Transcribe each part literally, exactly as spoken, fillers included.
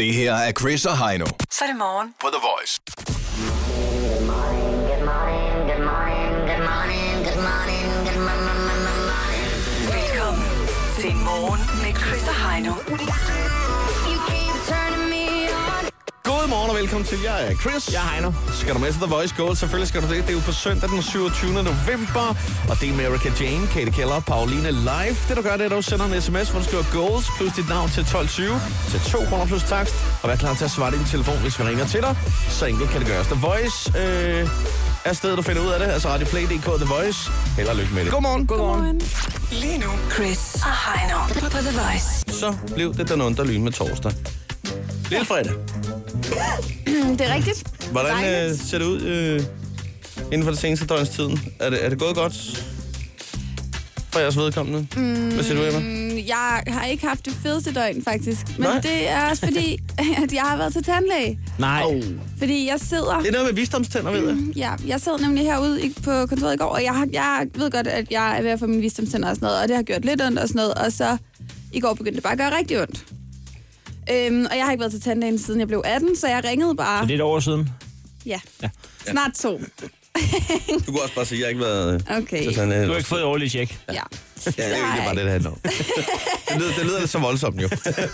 Det her er Chris og Heino. Så er det morgen På The Voice. Good morning, good morning, good morning, good morning, good morning, good morning. Velkommen til Morgen med Chris og Heino. You keep turning me on. Godmorgen og velkommen til. Jeg er Chris. Jeg er Heino. Skal du med til The Voice Gold? Selvfølgelig skal du det. Det er jo på søndag den syvogtyvende november. Og det er America Jane, Katie Keller og Pauline live. Det du gør, det er, at du sender en sms, hvor du skriver Goals plus dit navn til tolv tyve til to kroner plus takst. Og vær klar til at svare din telefon, hvis vi ringer til dig. Så enkelt kan det gøres. The Voice øh, er stedet, du finder ud af det. Altså radioplay punktum d k The Voice. Held og lykke med det. Godmorgen. Godmorgen. Lige nu, Chris og Heino på The Voice. Så blev det den under lyn med torsdag. Lille fredag. Det er rigtigt. Hvordan øh, Dejligt. ser det ud øh, inden for det seneste døgns tiden? Er det, er det gået godt for jeres vedkommende? Mm, Hvad siger du, Emma? Jeg har ikke haft det fedeste døgn, faktisk. Men Nej. det er også fordi, at jeg har været til tandlæge. Nej. Oh. Fordi jeg sidder... Det er noget med visdomstænder, ved jeg. Ja, jeg sad nemlig herude i- på kontoret i går, og jeg, har, jeg ved godt, at jeg er ved at få mine visdomstænder og sådan noget, og det har gjort lidt ondt og sådan noget, og så i går begyndte det bare at gøre rigtig ondt. Øhm, og jeg har ikke været til tandlægen, siden jeg blev atten, så jeg ringede bare... Så det er et år siden. Ja, Ja. snart to. Du kunne også bare sige, at jeg ikke har været øh, Okay. til tandlæge. Du har ikke fået årligt tjek. Ja. Ja, det er jo ikke bare det, det handler om. Det lyder, det lyder lidt så voldsomt, jo.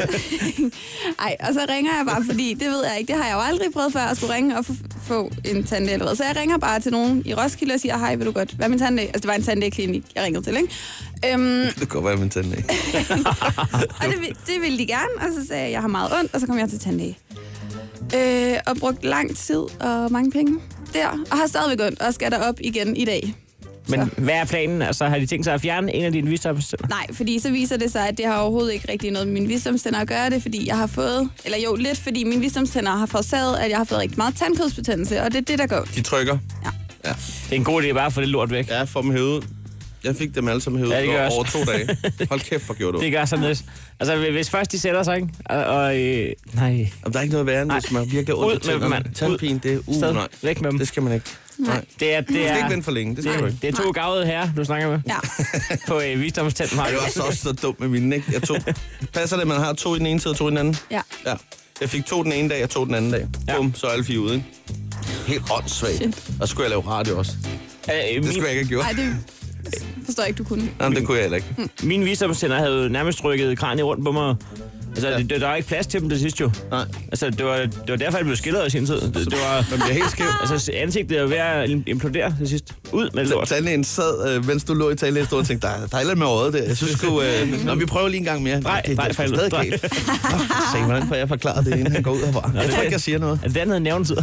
Ej, og så ringer jeg bare, fordi det ved jeg ikke, det har jeg jo aldrig prøvet før, at skulle ringe og få, få en tandlæge eller hvad. Så jeg ringer bare til nogen i Roskilde og siger, hej, vil du godt, hvad er min tandlæge? Altså, det var en tandlægeklinik, jeg ringede til, ikke? Øhm, Det kan godt være min tandlæge. og det, vil- det ville de gerne, og så sagde jeg, jeg har meget ondt, og så kom jeg til tandlæge. Øh, og brugt lang tid og mange penge der, og har stadigvæk ondt, og skal derop igen i dag. Men hvad er planen? Altså, har de tænkt sig at fjerne en af dine visdomstænder? Nej, fordi så viser det sig, at det har overhovedet ikke rigtig noget med mine visdomstænder at gøre det, fordi jeg har fået, eller jo lidt, fordi mine visdomstænder har forårsaget, at jeg har fået rigtig meget tandkødsbetændelse, og det er det, der går. De trykker. Ja. Ja, Det er en god idé bare at få det lort væk. jeg får dem hævet. Jeg fik dem alle sammen hævet Ja, det gør ja, jeg over også. to dage. Hold kæft, hvor gjorde du. Det gør sådan lidt. Altså, hvis først de sætter sig, ikke? Og, og øh, nej. Jamen, der er ikke noget værre, end hvis man virkelig har ondt i Ud med dem, tænderne. mand. Tandpine, det er uh, Sted. nej. Væk med dem. Det skal man ikke. Nej. Det er, Du det skal er, ikke vente for længe. Det skal du ikke. det er to gavede herrer, du snakker med. Ja. På øh, visdomstænden har Det du var også, også så dumt med mine, ikke? Jeg tog, passer det, at man har to i den ene side og to i den anden? Ja. Ja. Jeg fik to den ene dag, og to den anden dag. Ja. Bum, så er alle fire ude, ikke? Helt åndssvagt. Og så skulle jeg lave radio også. Øh, Det min, skulle jeg ikke have gjort. Nej, det forstår jeg ikke, du kunne. Jamen, det kunne jeg heller ikke. mine visdomstænder havde jo nærmest rykket kraniet rundt på mig. Altså, Ja. det, der var ikke plads til dem det sidste jo. Nej. Altså, det var, det var derfor, jeg blev skildret i sin tid. Det, det var, Man bliver helt skæv. altså, ansigtet er jo ved at implodere til sidst. Ud med det lort. Tandlægen sad, øh, mens du lå i tandlægestolen og tænkte, der, er- der er et eller andet med øjet der. Jeg synes sgu, øh, når vi prøver lige en gang mere. Nej, det, nej, det er for stadig helvede. galt. Nå, se, hvordan får jeg forklaret det, inden han går ud herfra? Jeg tror ikke, jeg siger noget. Er det andet end nævnetid?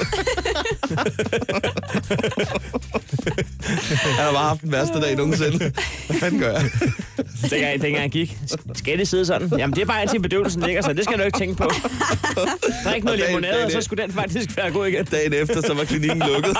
Han har bare haft den værste dag nogensinde. Hvad fanden gør jeg? Dengang, dengang jeg gik. Skal det sidde sådan? Jamen, det er bare indtil bedøvelsen ligger sig. Det skal du ikke tænke på. Der er ikke noget Og dagen- limonade, dagen og så efter- skulle den faktisk være god igen. Dagen efter, så var klinikken lukket.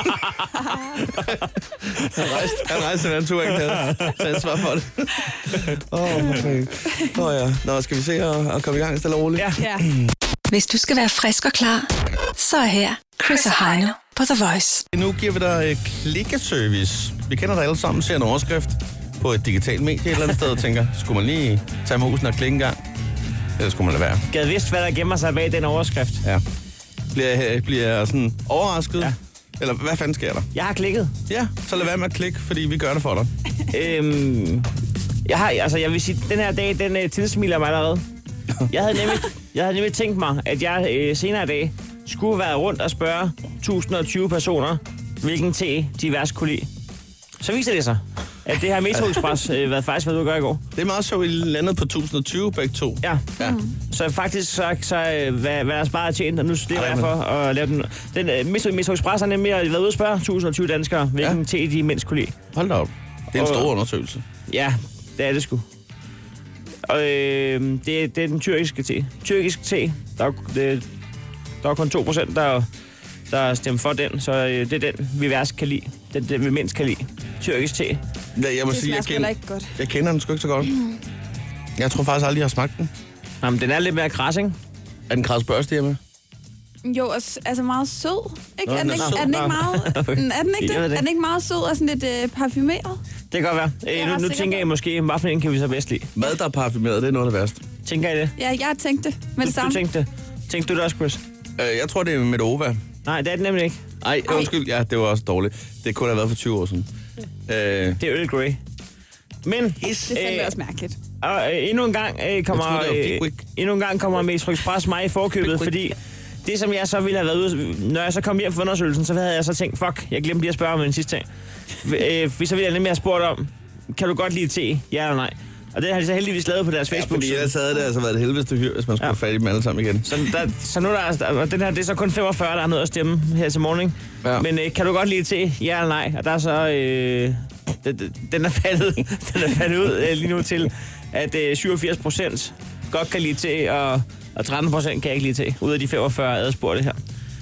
Han rejste, han rejste en tur, ikke havde taget ansvar for det. Åh, oh, okay. oh, ja. Nå, skal vi se at, at komme i gang stille og roligt? Ja. Ja. Hvis du skal være frisk og klar, så er her Chris og Heino på The Voice. Nu giver vi dig øh, klikkeservice. Vi kender dig alle sammen, ser en overskrift på et digitalt medie et eller andet sted og tænker, skulle man lige tage musen og klikke en gang? Eller skulle man lade være? Gad vidst, hvad der gemmer sig bag den overskrift. Ja. Bliver, jeg- bliver jeg sådan overrasket? Ja. Eller hvad fanden sker der? Jeg har klikket. Ja, så lad være med at klikke, fordi vi gør det for dig. Øhm, jeg har, altså, jeg vil sige, den her dag, den uh, tilsmiler mig allerede. Jeg havde nemlig, jeg havde nemlig tænkt mig, at jeg øh, senere i dag skulle være rundt og spørge tusind og tyve personer, hvilken te de værst kunne lide. Så viser det sig, at det her Metro Express øh, hvad faktisk hvad du gør i går. Det er meget sjovt, I landede på tusind og tyve begge to. Ja. Ja. Så faktisk, så, så øh, hvad, hvad der sparet er tjent, og nu slipper Ej, jeg men- for at lave den. Den uh, Metro, Metro Express har nemlig været ude og spørge tusind og tyve danskere, hvilken Ja. te de mindst kunne lide. Hold da op. Det er en Og- stor undersøgelse. Ja, det er det sgu. Og øh, det, det er den tyrkiske te. Tyrkisk te, der er, det, der er kun to procent, der, der stemmer for den, så øh, det er den, vi værst kan lide. Den, den vi mindst kan lide. Tyrkisk te. Ja, jeg må Det sige, jeg smager sgu heller kender, ikke godt. jeg kender den sgu ikke så godt. Jeg tror faktisk aldrig, jeg har smagt den. Jamen, den er lidt mere kras, ikke? Er den kras børste hjemme? Jo, og s- altså meget sød. Ikke? Nå, er, den den er ikke, sød. er den ikke meget... er den ikke Jeg ved det? det. Er den ikke meget sød og sådan lidt øh, parfumeret? Det kan godt være. er Øh, nu ret nu sikker tænker på. jeg måske, hvad for en kan vi så bedst lide? Mad, der er parfumeret, det er noget af det værste. Tænker I det? Ja, jeg tænkte det med Du, det du samme. tænkte det. Tænkte du det også, Chris? Øh, jeg tror, det er Medova. Nej, det er det nemlig ikke. Nej, undskyld. Ja, det var også dårligt. Det kunne have været for tyve år siden. Øh, Det er Earl Grey. Men Det er fandme øh, også mærkeligt. og, øh, endnu en gang øh, kommer Jeg troede, det var øh, Pickwick. endnu en gang kommer Metro Express mig i forkøbet, Pickwick. fordi det, som jeg så ville have været ude, når jeg så kom hjem fra undersøgelsen, så havde jeg så tænkt, fuck, jeg glemte lige at spørge om en sidste ting. øh, for så ville jeg nemlig have spurgt om, kan du godt lide te? Ja eller nej? Og det har de så heldigvis lavet på deres ja, Facebook. fordi ellers havde det altså været et helvede hyr, hvis man skulle Ja. have fat i dem alle sammen igen. Så, der, så nu er der, altså- og den her, det er så kun femogfyrre, der er nødt at stemme her til morgen. Ja. Men øh, kan du godt lide te? Ja eller nej? Og der er så... Øh, den, den, er faldet, den er faldet ud øh, lige nu til, at øh, syvogfirs procent godt kan lide te, og, og tretten procent kan ikke lide te, ud af de femogfyrre adspurgte her.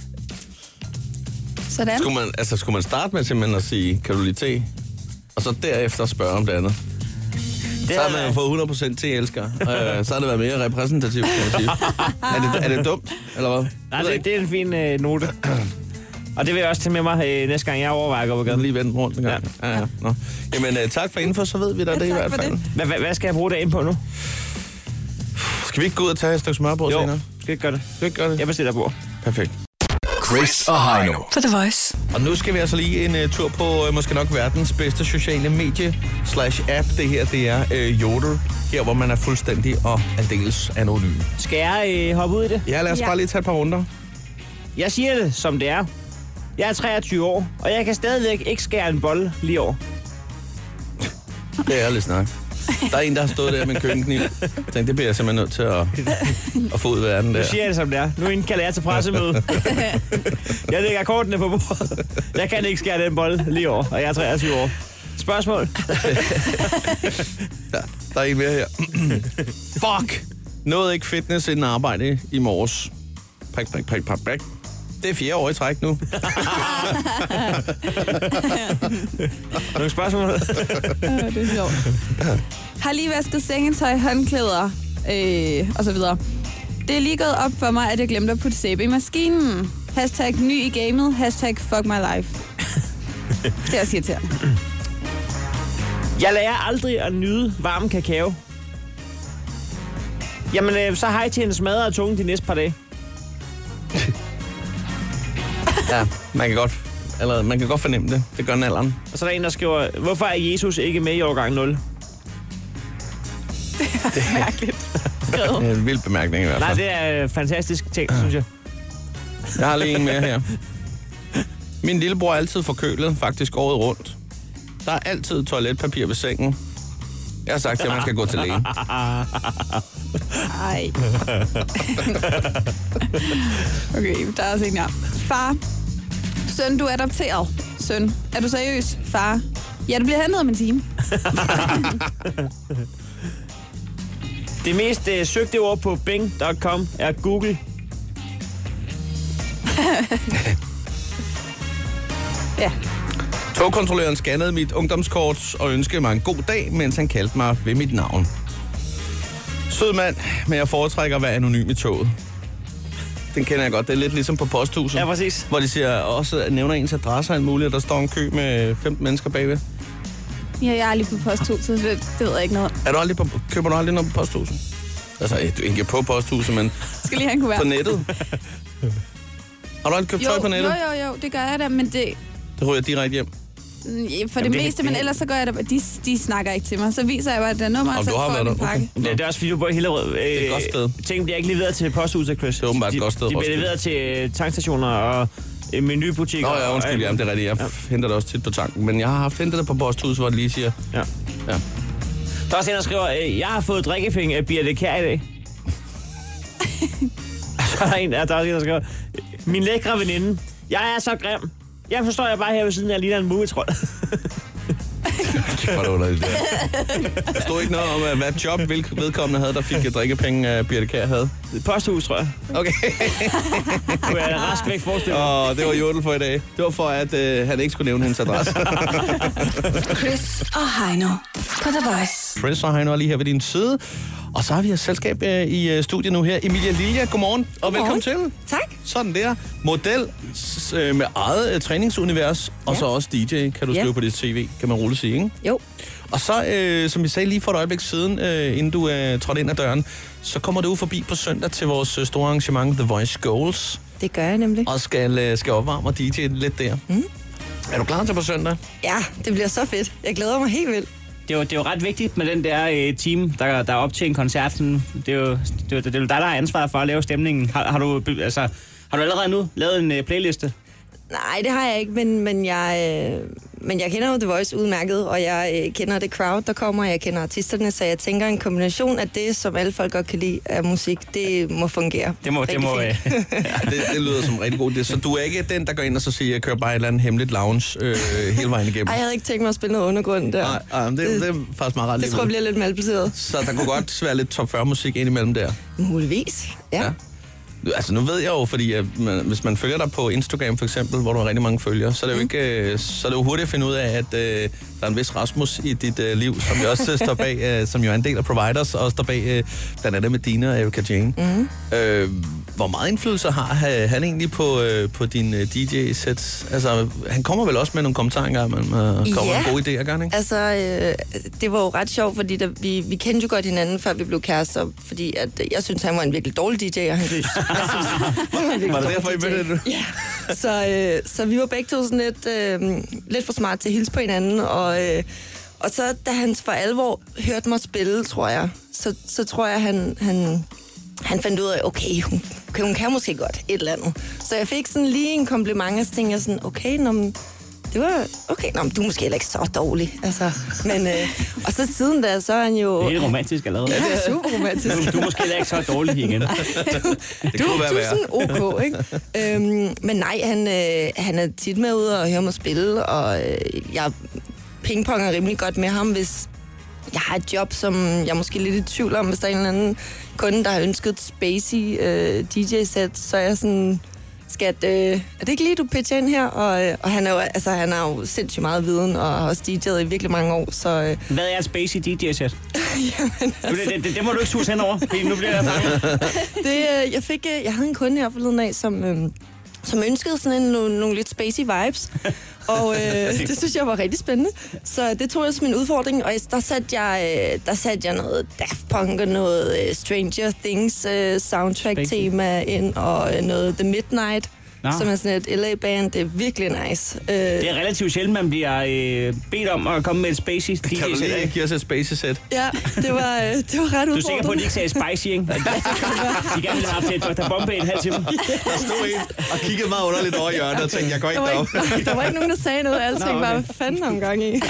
Sådan. Skulle man, altså, skulle man starte med simpelthen at sige, kan du lide te? Og så derefter spørge om det andet. Det Så har man jo fået hundrede procent te-elsker. Øh, så har det været mere repræsentativt, kan man sige. er, det, er det dumt, eller hvad? Nej, det, det er en fin øh, note. Og det vil jeg også tage med mig øh, næste gang, jeg overvejer at gå på Kan gaden. lige vende rundt en gang. Ja. Ja, ja. Nå. Jamen, øh, tak for info, så ved vi da Ja, det i tak hvert for fald. det. Hvad, hvad, hvad skal jeg bruge dagen på nu? Skal vi ikke gå ud og tage et stykke smørbrød Jo, senere? skal jeg ikke gøre det? Skal vi ikke gøre det? Jeg bestiller på. Perfekt. Chris og Heino. På The Voice. Og nu skal vi altså lige en uh, tur på uh, måske nok verdens bedste sociale medie slash app. Det her, det er uh, Jodel. Her, hvor man er fuldstændig og aldeles anonym. Skal jeg øh, hoppe ud i det? Ja, lad os Ja. bare lige tage et par runder. Jeg siger det, som det er. Jeg er treogtyve år, og jeg kan stadigvæk ikke skære en bolle lige over. Det er ærligt snak. Der er en, der har stået der med en køkkenkniv. Jeg tænkte, det bliver jeg simpelthen nødt til at, at få ud af verden Nu der. siger jeg det, som det er. Nu indkalder jeg til pressemøde. Jeg lægger kortene på bordet. Jeg kan ikke skære den bolle lige over, og jeg er treogtyve år. Spørgsmål? Ja, der er en mere her. Fuck! Nåede ikke fitness inden arbejde i morges. Prik, prik, prik, prik, prik. Det er fire år i træk nu. Nogle spørgsmål? Ja, det er sjovt. Har lige vasket sengetøj, håndklæder øh, og så videre. Det er lige gået op for mig, at jeg glemte at putte sæbe i maskinen. Hashtag ny i gamet. Hashtag fuck my life. Det er også irriterende. Jeg lærer aldrig at nyde varm kakao. Jamen, øh, så hej til hendes mad og tunge de næste par dage. Ja, man kan godt, eller man kan godt fornemme det. Det gør alderen. Og så er der en, der skriver, hvorfor er Jesus ikke med i årgang nul? Mærkeligt. Det er en vild bemærkning i hvert Nej, fald. det er øh, fantastisk ting, synes jeg. Jeg har lige en mere her. Min lillebror er altid forkølet, faktisk året rundt. Der er altid toiletpapir ved sengen. Jeg har sagt til, at man skal gå til lægen. Ej. Okay, der er også en her. Far. Søn, du er adopteret. Søn, er du seriøs? Far. Ja, du bliver hentet om en time. Det mest øh, søgte ord på bing punktum com er Google. Ja. Togkontrolløren scannede mit ungdomskort og ønskede mig en god dag, mens han kaldte mig ved mit navn. Sød mand, men jeg foretrækker at være anonym i toget. Den kender jeg godt. Det er lidt ligesom på posthuset. Ja, præcis. Hvor de siger også, nævner ens adresse og alt muligt, og der står en kø med femten mennesker bagved. Ja, jeg er aldrig på posthuset, så det, det ved jeg ikke noget. Er du aldrig på, køber du aldrig noget på posthuset? Altså, ikke på posthuset, men Jeg skal lige have en kuvert. på nettet. Har du aldrig købt Jo, tøj på nettet? jo, jo, jo, det gør jeg da, men det... Det ryger direkte hjem. mm, For Jamen, det, det- meste, men det- ellers så gør jeg det... De, de snakker ikke til mig. Så viser jeg bare, at der er nummer, og Om så du har får jeg været en der, pakke. okay. Det, det er også fordi, du bor i Hillerød. Øh, er et godt sted. Ting bliver ikke leveret til posthuset, Chris. Det er åbenbart et de, godt sted, De bliver Roskilde. leveret til øh, tankstationer og øh, menubutikker. Nå ja, og- undskyld, jamen, det er rigtigt. Jeg Ja. henter det også tit på tanken. Men jeg har haft hentet det på posthuset, hvor det lige siger... Ja. Ja. Der er også en, der skriver, øh, jeg har fået drikkepenge af Birte Kjær i dag. Så er der en, der er også en, der skriver, min lækre veninde, jeg er så grim. Jeg forstår jeg bare her ved siden af, jeg ligner en mumitrold. Hvor er det underligt, det er. Der stod ikke noget om, hvad job hvilk vedkommende havde, der fik drikkepenge, af Birte Kjær havde. Posthus, tror jeg. Okay. Du er rask væk forestille mig. Og det var Jodel for i dag. Det var for, at øh, han ikke skulle nævne hendes adresse. Chris og Heino på The Voice. Chris og Heino er lige her ved din side. Og så har vi et selskab øh, i øh, studiet nu her. Emilia Lilja, godmorgen. Og Godmorgen. velkommen til. Tak. Sådan der. Model s- øh, med eget øh, træningsunivers. Og Ja. så også D J, kan du Ja. skrive på dit C V, kan man roligt sige, ikke? Jo. Og så, øh, som vi sagde lige for et øjeblik siden, øh, inden du øh, trådte ind ad døren, så kommer du forbi på søndag til vores øh, store arrangement, The Voice Goals. Det gør jeg nemlig. Og skal, øh, skal opvarme og D J lidt der. Mm. Er du klar til på søndag? Ja, det bliver så fedt. Jeg glæder mig helt vildt. Det er, jo, det er jo ret vigtigt med den der øh, team, der, der er op til en koncert. Det er jo det er, det er dig, der har ansvaret for at lave stemningen. Har, har, du, altså, har du allerede nu lavet en øh, playliste? Nej, det har jeg ikke, men, men, jeg, øh, men jeg kender jo The Voice udmærket, og jeg øh, kender det crowd, der kommer, og jeg kender artisterne, så jeg tænker, en kombination af det, som alle folk godt kan lide af musik, det må fungere. Det må, det må øh, ja, det, det lyder som rigtig godt. Så du er ikke den, der går ind og så siger, at jeg kører bare et eller andet hemmeligt lounge øh, hele vejen igennem? Ej, jeg havde ikke tænkt mig at spille noget undergrund der. Nej, ej, det, det, det er faktisk meget ret. Det tror jeg bliver lidt malplaceret. Så der kunne godt være lidt top fyrre musik indimellem der? Muligvis, ja. ja. Altså nu ved jeg jo, fordi at man, hvis man følger dig på Instagram for eksempel, hvor du har rigtig mange følgere, så er det jo ikke, så er det jo hurtigt at finde ud af, at øh, der er en vis Rasmus i dit øh, liv, som jo også står bag, øh, som jo er en del af Providers, og står bag øh, blandt andet med Dina og Erika Jane. Mm. Øh, hvor meget indflydelse har han egentlig på, øh, på din øh, D J-sets? Altså, han kommer vel også med nogle kommentarer engang, man øh, kommer ja. med gode idéer, gør han ikke? Altså, øh, det var jo ret sjovt, fordi der, vi, vi kendte jo godt hinanden, før vi blev kærester, fordi at, jeg synes, han var en virkelig dårlig D J, og han synes, jeg synes, var det derfor, I mødte det? Ja, så, øh, så vi var begge to sådan lidt, øh, lidt for smart til at hilse på hinanden, og, øh, og så da han for alvor hørte mig spille, tror jeg, så, så tror jeg, han, han, han fandt ud af, okay, hun, okay, hun kan måske godt et eller andet. Så jeg fik sådan lige en kompliment, og så tænkte jeg sådan, okay, nå, men, det var, okay, nå, men du er måske heller ikke så dårlig, altså, men, øh, og så siden da, så er han jo... Det er helt romantisk allerede. Ja, det er super romantisk. Du, du er måske heller ikke så dårlig igen. du, det du, kunne være du er sådan ok, ikke? øhm, men nej, han, øh, han er tit med ude og hører mig spille, og øh, jeg pingponger rimelig godt med ham, hvis jeg har et job, som jeg er måske lidt i tvivl om, hvis der er en eller anden kunde, der har ønsket et spacey øh, D J-sæt, så er jeg sådan... Skat, øh, er det ikke lige, du pitcher ind her? Og, øh, og han, er jo, altså, han har jo sindssygt meget viden, og har også D J'et i virkelig mange år, så... Øh... Hvad er et spacey D J-sæt? Jamen, altså... det, det, det må du ikke sus henover, fordi nu bliver jeg det, øh, jeg, fik, øh, jeg havde en kunde her forleden af, som, øh, som ønskede sådan en, nogle, nogle lidt spacey vibes, og øh, det synes jeg var rigtig spændende. Så det tog jeg som en udfordring, og der satte jeg, øh, der satte jeg noget Daft Punk og noget øh, Stranger Things øh, soundtrack-tema ind, og øh, noget The Midnight, Nå. som er sådan et L A-band. Det er virkelig nice. Øh, det er relativt sjældent, man bliver øh, bedt om at komme med et spacey D J-sæt. Kan du lige give os et spacey-sæt? Ja, det var, øh, det var ret udfordrende. Du er sikker på, at de ikke sagde spicy, ikke? De gerne ville have haft et doktor Bombe i en halv time. Der stod en og kiggede meget underligt over hjørnet og tænkte, jeg går ikke derop. Der var ikke nogen, der sagde noget. Alle tænkte bare, hvad fanden om gang i?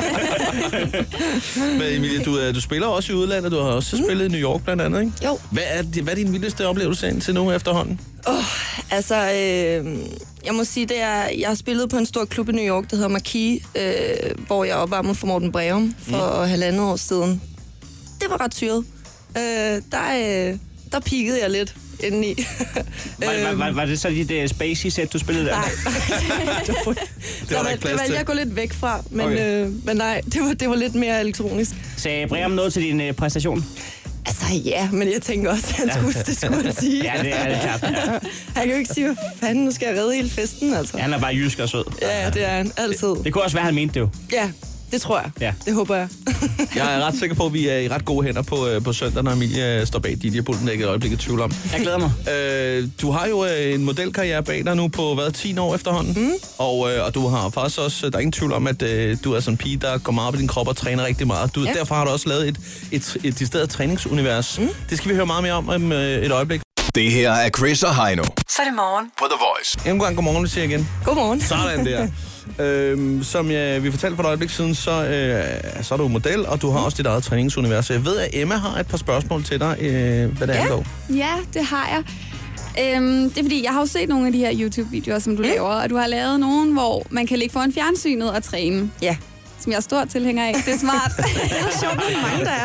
Men Emilie, du, du spiller også i udlandet. Du har også mm. spillet i New York blandt andet, ikke? Jo. Hvad er, hvad er din vildeste oplevelse indtil nu efterhånden? Åh, oh, altså, øh, jeg må sige, det er, jeg har spillet på en stor klub i New York, der hedder Marquis, øh, hvor jeg opvarmede for Morten Breum for mm. halvandet år siden. Det var ret syret. Øh, der, øh, der peakede jeg lidt indeni. var, var, var, var det så dit uh, spacey-sæt, du spillede der? Nej, det var, det var, det valgte jeg gå lidt væk fra, men, okay. øh, men nej, det var, det var lidt mere elektronisk. Sagde Breum noget til din uh, præstation? Altså ja, men jeg tænker også, at han skulle, det skulle han sige. Ja, det er det klart. Ja. Han kan jo ikke sige, hvad fanden, nu skal jeg redde hele festen, altså. Ja, han er bare jysk og sød. Ja, det er han, altid. Det, det kunne også være, han mente det jo. Ja, det tror jeg. Ja. Det håber jeg. Jeg er ret sikker på, at vi er i ret gode hænder på, på søndag, når Emilie står bag D J-pulten. Det er ikke et øjeblik i tvivl om. Jeg glæder mig. Øh, du har jo en modelkarriere bag dig nu på, hvad, ti år efterhånden? Mm. Og, øh, og du har faktisk også, der er ingen tvivl om, at øh, du er sådan en pige, der går meget op i din krop og træner rigtig meget. Du, ja. Derfor har du også lavet et, et, et, et stedet træningsunivers. Mm. Det skal vi høre meget mere om om øh, et øjeblik. Det her er Chris og Heino Så er det morgen. på The Voice. En gang godmorgen, vi siger igen. Godmorgen. Sådan der. Øhm, som jeg, vi fortalte for et øjeblik siden, så, øh, så er du model, og du har også dit eget træningsunivers. Jeg ved, at Emma har et par spørgsmål til dig, øh, hvad det ja. angår. Ja, det har jeg. Øhm, det er fordi, jeg har jo set nogle af de her YouTube-videoer, som du mm. laver, og du har lavet nogle, hvor man kan ligge foran fjernsynet og træne. Ja. Som jeg er stor tilhænger af. Det er smart. Det er sjovt, hvor mange der er.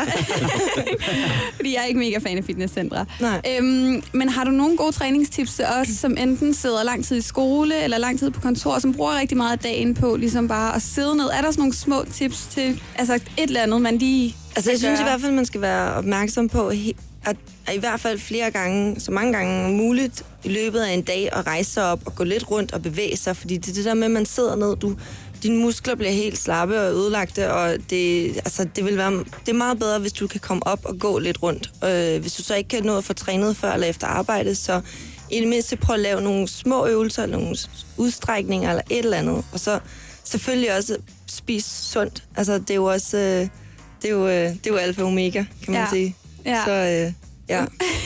Fordi jeg er ikke mega fan af fitnesscentre. Øhm, men har du nogle gode træningstips til os, som enten sidder lang tid i skole eller lang tid på kontor, som bruger rigtig meget af dagen på ligesom bare at sidde ned? Er der sådan nogle små tips til altså et eller andet, man lige Altså jeg synes i hvert fald, man skal være opmærksom på, at i hvert fald flere gange, så mange gange muligt i løbet af en dag at rejse sig op og gå lidt rundt og bevæge sig, fordi det er det der med, at man sidder ned, du dine muskler bliver helt slappe og ødelagte, og det, altså, det, vil være, det er meget bedre, hvis du kan komme op og gå lidt rundt. Øh, hvis du så ikke kan nå at få trænet før eller efter arbejde, så i det mindste prøv at lave nogle små øvelser, nogle udstrækninger eller et eller andet. Og så selvfølgelig også spise sundt. Altså, det er jo også øh, det er jo, øh, det er jo alfa og omega, kan man ja. sige. Ja. Så øh, ja.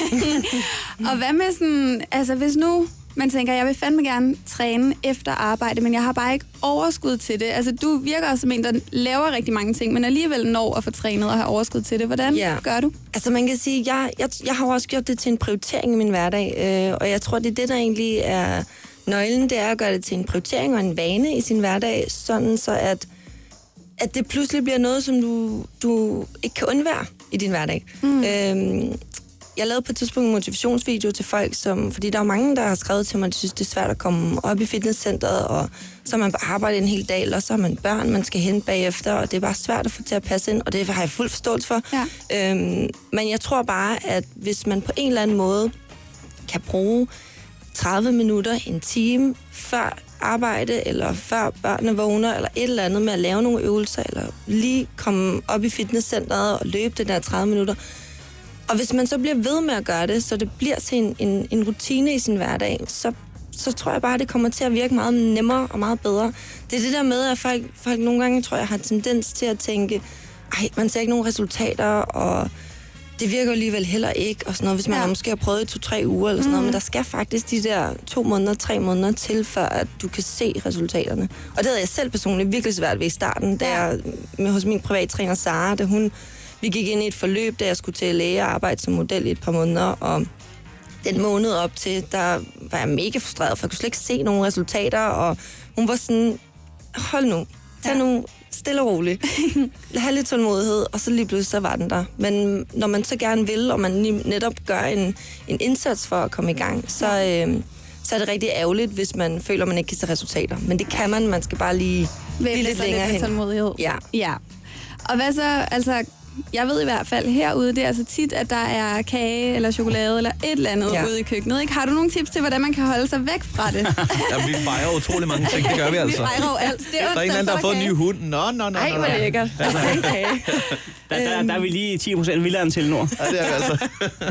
Og hvad med sådan, altså hvis nu man tænker, jeg vil fandme gerne træne efter arbejde, men jeg har bare ikke overskud til det. Altså, du virker også som en, der laver rigtig mange ting, men alligevel når at få trænet og have overskud til det. Hvordan ja. gør du? Altså, man kan sige, jeg, jeg, jeg har også gjort det til en prioritering i min hverdag, øh, og jeg tror, det er det, der egentlig er nøglen, det er at gøre det til en prioritering og en vane i sin hverdag, sådan så at, at det pludselig bliver noget, som du, du ikke kan undvære i din hverdag. Mm. Øhm, Jeg lavede på et tidspunkt en motivationsvideo til folk, som, fordi der er mange, der har skrevet til mig, at de synes, det er svært at komme op i fitnesscenteret, og så har man arbejdet en hel dag, og så har man børn, man skal hente bagefter, og det er bare svært at få til at passe ind, og det har jeg fuld forståelse for. Ja. Øhm, men jeg tror bare, at hvis man på en eller anden måde kan bruge tredive minutter, en time, før arbejde, eller før børnene vågner, eller et eller andet med at lave nogle øvelser, eller lige komme op i fitnesscenteret og løbe det der tredive minutter. Og hvis man så bliver ved med at gøre det, så det bliver til en, en, en rutine i sin hverdag, så, så tror jeg bare, at det kommer til at virke meget nemmere og meget bedre. Det er det der med, at folk, folk nogle gange, tror jeg, har tendens til at tænke, ej, man ser ikke nogen resultater, og det virker jo alligevel heller ikke, og sådan noget, hvis man ja. måske har prøvet i to-tre uger eller sådan mm. noget, men der skal faktisk de der to måneder, tre måneder til, før at du kan se resultaterne. Og det havde jeg selv personligt virkelig svært ved i starten, da jeg med, hos min privattræner Sara, da hun vi gik ind i et forløb, da jeg skulle til læge og arbejde som model i et par måneder, og den måned op til, der var jeg mega frustreret, for jeg kunne slet ikke se nogen resultater, og hun var sådan, hold nu, tag nu stille og roligt, have lidt tålmodighed, og så lige pludselig så var den der. Men når man så gerne vil, og man netop gør en, en indsats for at komme i gang, så, øh, så er det rigtig ærgerligt, hvis man føler, man ikke kan se resultater. Men det kan man, man skal bare lige blive lidt længere hen. Tålmodighed. Ja. Ja. Og hvad så, altså, jeg ved i hvert fald herude, det er altså tit, at der er kage eller chokolade eller et eller andet ja. ude i køkkenet. Ikke? Har du nogle tips til, hvordan man kan holde sig væk fra det? Jamen, vi fejrer utrolig mange ting, det gør vi altså. Vi fejrer jo alt. Det er, der er en eller anden, der har fået en ny hund. Nå, nå, nå. Ej, hvor lækkert. Der, der, der er vi lige ti procent vildere end til nu. Ja, det er vi altså.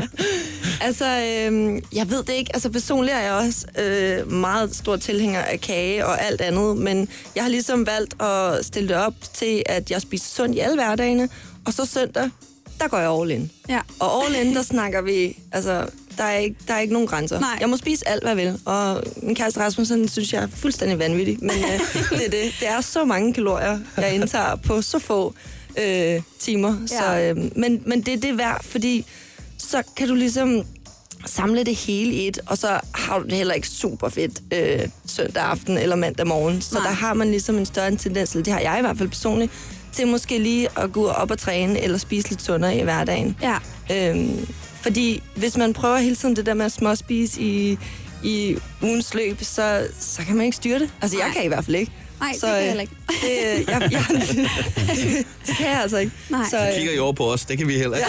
altså, øh, jeg ved det ikke. Altså, personligt er jeg også øh, meget stor tilhænger af kage og alt andet, men jeg har ligesom valgt at stille det op til, at jeg spiser sundt i alle hverdagene, og så søndag, der går jeg all in. Ja. Og all in, der snakker vi, altså, der er ikke, der er ikke nogen grænser. Nej. Jeg må spise alt, hvad jeg vil. Og min kæreste Rasmussen synes jeg er fuldstændig vanvittig. Men øh, det er det. Det er så mange kalorier, jeg indtager på så få øh, timer. Ja. Så, øh, men, men det er det værd, fordi så kan du ligesom samle det hele i et, og så har du det heller ikke super fedt øh, søndag aften eller mandag morgen. Så Nej. Der har man ligesom en større tendens, eller det har jeg i hvert fald personligt, til måske lige at gå op og træne, eller spise lidt sundere i hverdagen. Ja. Øhm, fordi hvis man prøver hele tiden det der med at småspise i, i ugens løb, så, så kan man ikke styre det. Altså, jeg kan i hvert fald ikke. Nej, så, det kan jeg heller ikke. Det, jeg, jeg, det, det kan jeg altså ikke. Nej. Så øh, kigger I over på os, det kan vi heller ikke.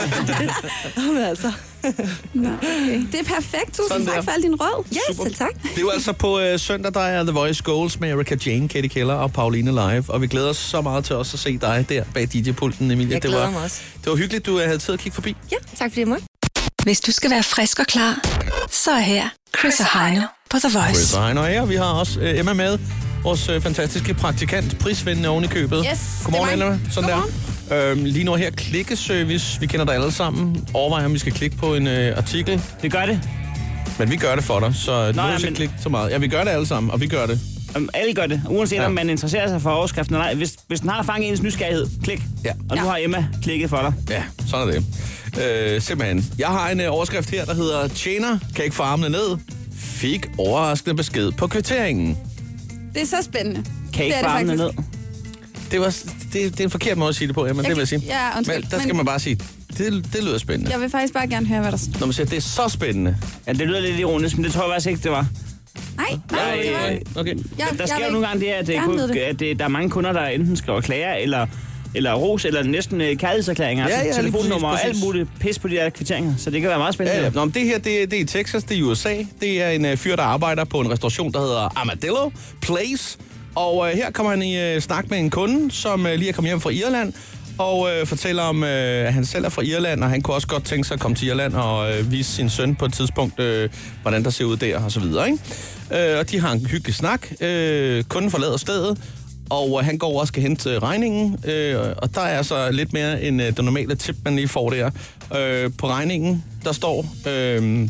Jamen altså. Nå, okay. Det er perfekt. Tusind tak for al din råd. Ja, yes, tak. Det er jo altså på øh, søndag, der er The Voice Goals med Erica Jane, Katie Keller og Pauline live. Og vi glæder os så meget til også at se dig der bag D J-pulten, Emilie. Jeg glæder det var, mig også. Det var hyggeligt, du havde tid at kigge forbi. Ja, tak fordi jeg måtte. Hvis du skal være frisk og klar, så er her Chris og Heino på The Voice. Chris og Heino her. Vi har også øh, Emma med. Vores øh, fantastiske praktikant, prisvindende oven i købet. Yes, Godmorgen, Emma. Sådan Godmorgen. Der. Øhm, lige nu her, klikkeservice. Vi kender dig alle sammen. Overvej, om vi skal klikke på en øh, artikel. Det gør det. Men vi gør det for dig, så nu skal men... klikke så meget. Ja, vi gør det alle sammen, og vi gør det. Um, alle gør det, uanset ja. om man interesserer sig for overskriften eller ej. Hvis, hvis den har fanget ens nysgerrighed, klik. Ja. Og nu ja. har Emma klikket for dig. Ja, sådan er det. Øh, simpelthen. Jeg har en øh, overskrift her, der hedder Tjener kan ikke få armene ned. Fik overraskende besked på kvitteringen. Det er så spændende. Kan ikke få armene ned. Det, var, det, det er en forkert måde at sige det på, Emma, det vil jeg sige. Ja, undskyld. Men der skal men... man bare sige, det, det lyder spændende. Jeg vil faktisk bare gerne høre, hvad der står. Når man siger, det er så spændende. Ja, det lyder lidt ironisk, men det tror jeg faktisk ikke, det var. Nej, nej, det var... Okay. Jeg, der sker jo nogle gange det, at, det, det. at det, der er mange kunder, der enten skriver klager, eller, eller ros, eller næsten kærlighedserklæringer, ja, ja, altså telefonnummer og alt muligt pis på de der kvitteringer. Så det kan være meget spændende. Ja, ja. Nå, men det her, det, det er i Texas, det er i U S A. Det er en uh, fyr, der arbejder på en restauration, der hedder Armadillo Place. Og øh, her kommer han i øh, snak med en kunde, som øh, lige er kommet hjem fra Irland, og øh, fortæller om, øh, at han selv er fra Irland, og han kunne også godt tænke sig at komme til Irland og øh, vise sin søn på et tidspunkt, øh, hvordan der ser ud der, og så videre, ikke? Øh, og de har en hyggelig snak. Øh, kunden forlader stedet, og øh, han går over og skal hente regningen, øh, og der er så lidt mere end øh, det normale tip, man lige får der. Øh, på regningen, der står... Øh,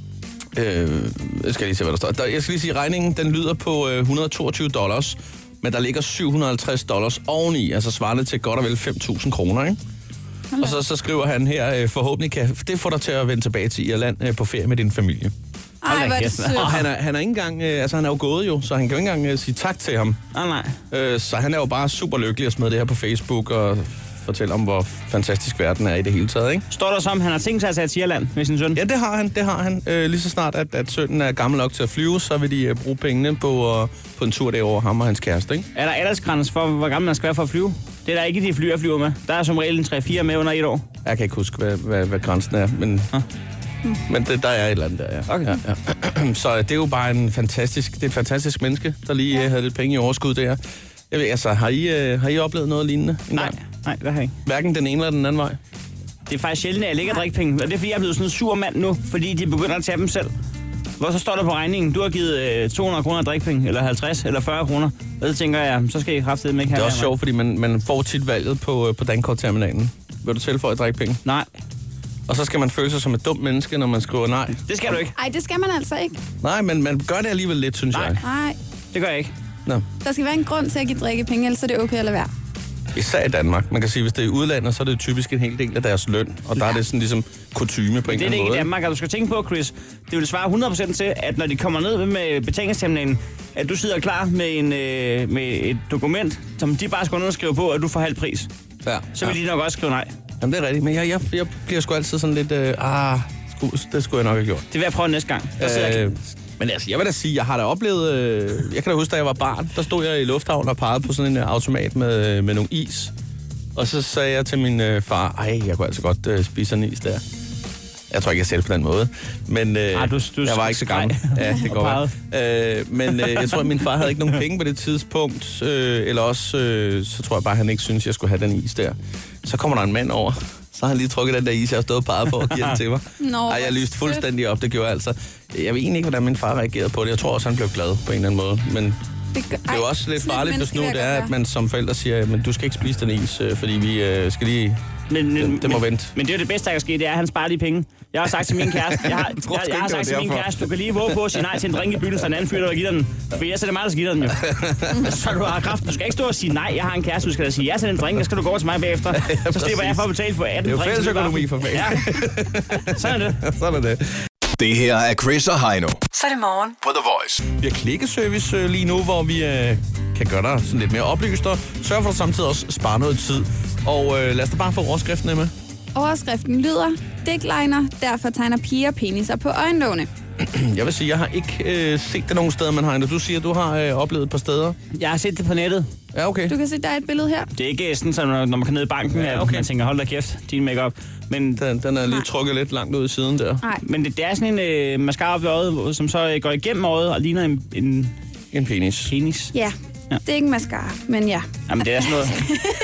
øh, jeg skal lige se, hvad der står. Der, jeg skal lige sige, at regningen den lyder på øh, et hundrede og toogtyve dollars, men der ligger syv hundrede og halvtreds dollars oveni, altså svarende til godt og vel fem tusind kroner, ikke? Okay. Og så, så skriver han her, øh, forhåbentlig kan det få dig til at vende tilbage til Irland øh, på ferie med din familie. Ej, hvor er det sødt. Og han er, han er ikke engang, øh, altså han er jo gået jo, så han kan jo ikke engang øh, sige tak til ham. Ah, nej. Øh, så han er jo bare super lykkelig at smide det her på Facebook og fortælle om, hvor fantastisk verden er i det hele taget, ikke? Står der som, han har tænkt sig at tage til Irland med sin søn? Ja, det har han, det har han. Øh, lige så snart, at, at sønnen er gammel nok til at flyve, så vil de øh, bruge pengene på, øh, på en tur derover, ham og hans kæreste, ikke? Er der aldersgrænse for, hvor gammel man skal være for at flyve? Det er der ikke de fly, jeg flyver med. Der er som regel en tre fire med under et år. Jeg kan ikke huske, hvad, hvad, hvad grænsen er, men, ah. men det, der er et eller andet der, ja. Okay. Ja, ja. Så det er jo bare en fantastisk, det er et fantastisk menneske, der lige ja. havde lidt penge i overskud der. Jeg ved, altså, har I, øh, har I oplevet noget lignende? Nej, nej, det har jeg ikke. Hverken den ene eller den anden vej? Det er faktisk sjældent, at jeg lægger drikkepenge. Og det er, fordi jeg er blevet sådan en sur mand nu, fordi de begynder at tage dem selv. Hvor så står der på regningen, du har givet øh, to hundrede kroner drikkepenge, eller halvtreds, eller fyrre kroner. Og så tænker jeg, så skal I kraftedeme ikke have. Det er også sjovt, fordi man, man får tit valget på, på dankortterminalen. Vil du tilføje drikkepenge? Nej. Og så skal man føle sig som et dumt menneske, når man skriver nej. Det skal du ikke. Ej, det skal man altså ikke. Nej, men man gør det alligevel lidt, synes nej. jeg. Nej. Det gør jeg ikke. Nå. Der skal være en grund til at give drikkepenge, ellers er det okay at lade være. Især i Danmark. Man kan sige, hvis det er i udlandet, så er det typisk en hel del af deres løn. Og der ja. er det sådan ligesom kutyme på en eller anden måde. Det er det ikke i Danmark, og du skal tænke på, Chris. Det vil svare hundrede procent til, at når de kommer ned med betalingsterminalen, at du sidder klar med, en, øh, med et dokument, som de bare skal ned og skrive på, at du får halv pris. Ja. Så vil ja. de nok også skrive nej. Jamen det er rigtigt, men jeg, jeg, jeg bliver sgu altid sådan lidt, øh, ah, sku, det skulle jeg nok have gjort. Det vil jeg prøve næste gang. Øh, men altså, jeg vil da sige, jeg har da oplevet, øh, jeg kan da huske, da jeg var barn, der stod jeg i lufthavnen og pegede på sådan en uh, automat med, med nogle is. Og så sagde jeg til min øh, far, ej, jeg kunne altså godt øh, spise sådan en is der. Jeg tror ikke, jeg selv på den måde. Men øh, Arh, du, du jeg var ikke så gammel. Ja, det går øh, Men øh, jeg tror, at min far havde ikke nogen penge på det tidspunkt. Øh, eller også, øh, så tror jeg bare, at han ikke synes jeg skulle have den is der. Så kommer der en mand over. Så har han lige trukket den der is, jeg har stået og peget på og givet den til mig. Nå, ej, jeg lyste fuldstændig op, det gjorde jeg altså. Jeg ved egentlig ikke, hvordan min far reagerede på det. Jeg tror også, han blev glad på en eller anden måde. Men det, gør, det er jo også lidt farligt, hvis nu det er, at man som forældre siger, men du skal ikke spise den is, fordi vi øh, skal lige... Men, men, det, det må men, vente. Men det er jo det bedste, der kan ske, det er, at han sparer de penge. Jeg har sagt til min kæreste, jeg har, jeg, jeg har sagt til min kæreste, du kan lige våge på at sige nej til en drink i byen, så en anden fyr, der vil give dig den. For jeg så er det mig, der skal give dig den jo. Så du har kraft. Du skal ikke stå og sige nej, jeg har en kæreste, du skal da sige ja til den drink, der skal du gå over til mig bagefter. Ja, så slipper jeg for at betale for atten drinks. Det er jo fælles økonomi for fanden. Ja. Sådan er det. Sådan er det. Det her er Chris og Heino Så er det morgen. på The Voice. Vi har klikkeservice øh, lige nu, hvor vi øh, kan gøre dig sådan lidt mere oplyst og sørge for, at du samtidig også spare noget tid. Og øh, lad os da bare få overskriften med. Overskriften lyder, dickliner, derfor tegner piger peniser på øjenlågene. Jeg vil sige, jeg har ikke øh, set det nogen steder, man har. Du siger, du har øh, oplevet et par steder. Jeg har set det på nettet. Ja, okay. Du kan se, der er et billede her. Det er ikke sådan, så når man kan ned i banken, ja, okay. at man tænker, hold da kæft, din make-up. Men den, den er lige trukket lidt langt ud i siden der. Nej. Men det, det er sådan en øh, mascara op i øjet, som så øh, går igennem øjet og ligner en... En, en penis. Penis. Ja. Ja. Det er ikke mascara, men ja. Jamen, det er sådan noget.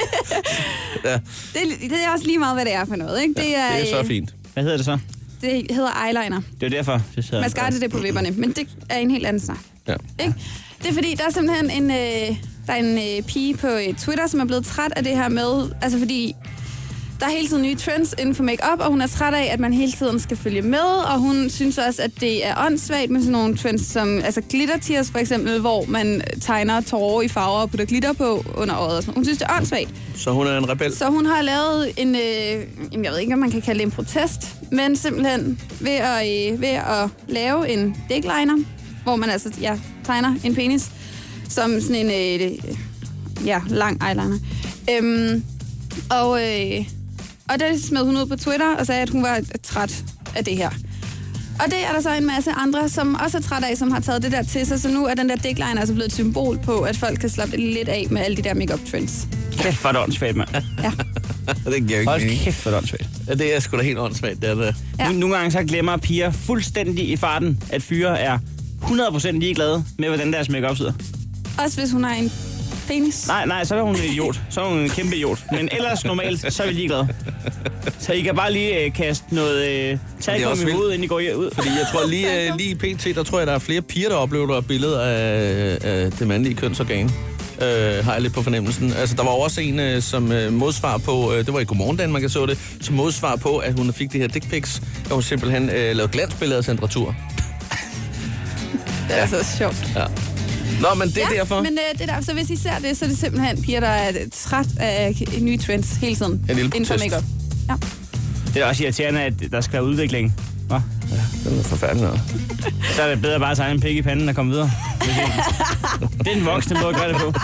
ja. det, det er også lige meget, hvad det er for noget, ikke? Det er, ja, det er så fint. Hvad hedder det så? Det hedder eyeliner. Det er derfor. Det mascara det er det på vipperne, men det er en helt anden snak. Ja. Ikke? Det er fordi, der er simpelthen en, øh, der er en øh, pige på øh, Twitter, som er blevet træt af det her med, altså fordi der er hele tiden nye trends inden for make-up, og hun er træt af, at man hele tiden skal følge med, og hun synes også, at det er åndssvagt med sådan nogle trends som altså glitter tears for eksempel, hvor man tegner tårer i farver og putter glitter på under øjet. Hun synes, det er åndssvagt. Så hun er en rebel? Så hun har lavet en, øh, jeg ved ikke, om man kan kalde det en protest, men simpelthen ved at, øh, ved at lave en dickliner, hvor man altså ja, tegner en penis som sådan en øh, ja, lang eyeliner. Øhm, og... Øh, Og det smed hun ud på Twitter og sagde, at hun var træt af det her. Og det er der så en masse andre, som også er træt af, som har taget det der til sig. Så nu er den der dickliner altså blevet et symbol på, at folk kan slappe lidt af med alle de der make-up trends. Kæft for det åndssvagt, mand. Ja. Det giver ikke Hold kæft for det åndssvagt. Ja, det er sgu da helt åndssvagt, det er det. Ja. Nogle gange så glemmer piger fuldstændig i farten, at fyre er hundrede procent ligeglade med, hvordan deres make-up sidder. Også hvis hun har en penis. Nej, nej, så er hun en idiot. Så er hun en kæmpe idiot. Men ellers normalt, så er vi ligeglade. Så I kan bare lige øh, kaste noget øh, talkum i hovedet, inden I går ud. Fordi jeg tror lige, øh, lige i P T, der tror jeg, der er flere piger, der oplever billeder af, af det mandlige kønsorgan. Øh, har jeg lidt på fornemmelsen. Altså, der var også en, øh, som øh, modsvar på, øh, det var i Godmorgen Danmark, jeg så det, som modsvar på, at hun fik det her dick pics, og hun simpelthen øh, lavede glansbilleder af temperatur. Det er så sjovt. Ja. Nå, men det er ja, derfor. men øh, det er der, så hvis I ser det, så er det simpelthen piger, der er træt af nye trends hele tiden. En lille inden for protest. makeup. Ja. Det er også irriterende, at der skal være udvikling. Hva? Ja, det er forfærdeligt noget. Så er det bedre bare at tegne en pik i panden og komme videre. Det er en voksne måde at gøre det på.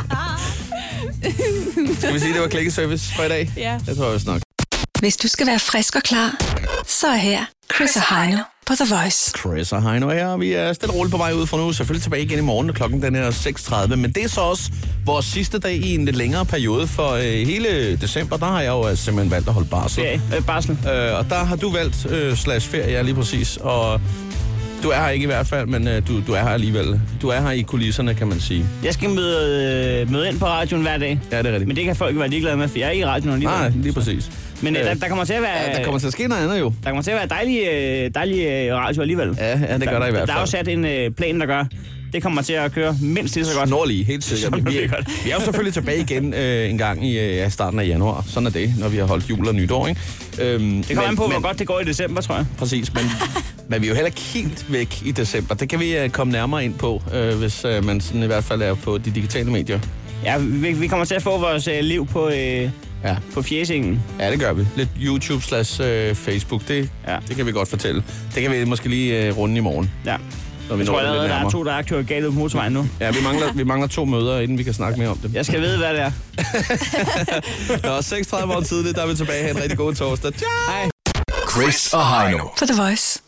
Skal vi sige, det var klikkeservice for i dag? Ja. Det tror jeg også nok. Hvis du skal være frisk og klar, så er her Chris og Heino på The Voice. Chris og Heino her. Vi er stille og roligt på vej ud fra nu. Selvfølgelig tilbage igen i morgen, og klokken den er seks tredive. Men det er så også vores sidste dag i en lidt længere periode. For øh, hele december, der har jeg jo simpelthen valgt at holde barsel. Ferie, øh, barsel. Øh, og der har du valgt øh, slash ferie, ja, lige præcis. Og du er her ikke i hvert fald, men øh, du, du er her alligevel. Du er her i kulisserne, kan man sige. Jeg skal møde, øh, møde ind på radioen hver dag. Ja, det er rigtigt. Men det kan folk være ligeglade med, for jeg er ikke i radioen alligevel. Nej, lige præcis. Men øh, der, der kommer til at være... Ja, der kommer til at ske noget andet jo. Der kommer til at være dejlige, øh, dejlige radio alligevel. Ja, ja, det gør der i hvert fald. Der er jo sat en øh, plan, der gør, det kommer til at køre mindst lige så godt. Snorlige, helt sikkert. Som Vi, det godt. vi er jo selvfølgelig tilbage igen øh, en gang i øh, starten af januar. Sådan er det, når vi har holdt jul og nytår, ikke? Øhm, Det kommer an på, hvor godt det går i december, tror jeg. Præcis, men, men vi er jo heller ikke helt væk i december. Det kan vi øh, komme nærmere ind på, øh, hvis øh, man sådan i hvert fald er på de digitale medier. Ja, vi, vi kommer til at få vores øh, liv på, øh, Ja. på fjæsingen. Ja, det gør vi. Lidt YouTube slash øh, Facebook, det, Ja. det kan vi godt fortælle. Det kan vi måske lige øh, runde i morgen. Ja. Når vi Jeg tror når det allerede, lidt der er nærmere. to, der er kørt galt ud på motorvejen nu. Ja, vi mangler, vi mangler to møder, inden vi kan snakke mere om det. Jeg skal vide, hvad det er. Nå, seks tredive år tidligt, der er vi tilbage. Ha' en rigtig god torsdag. Ciao! Hej. Chris og Heino. På The Voice.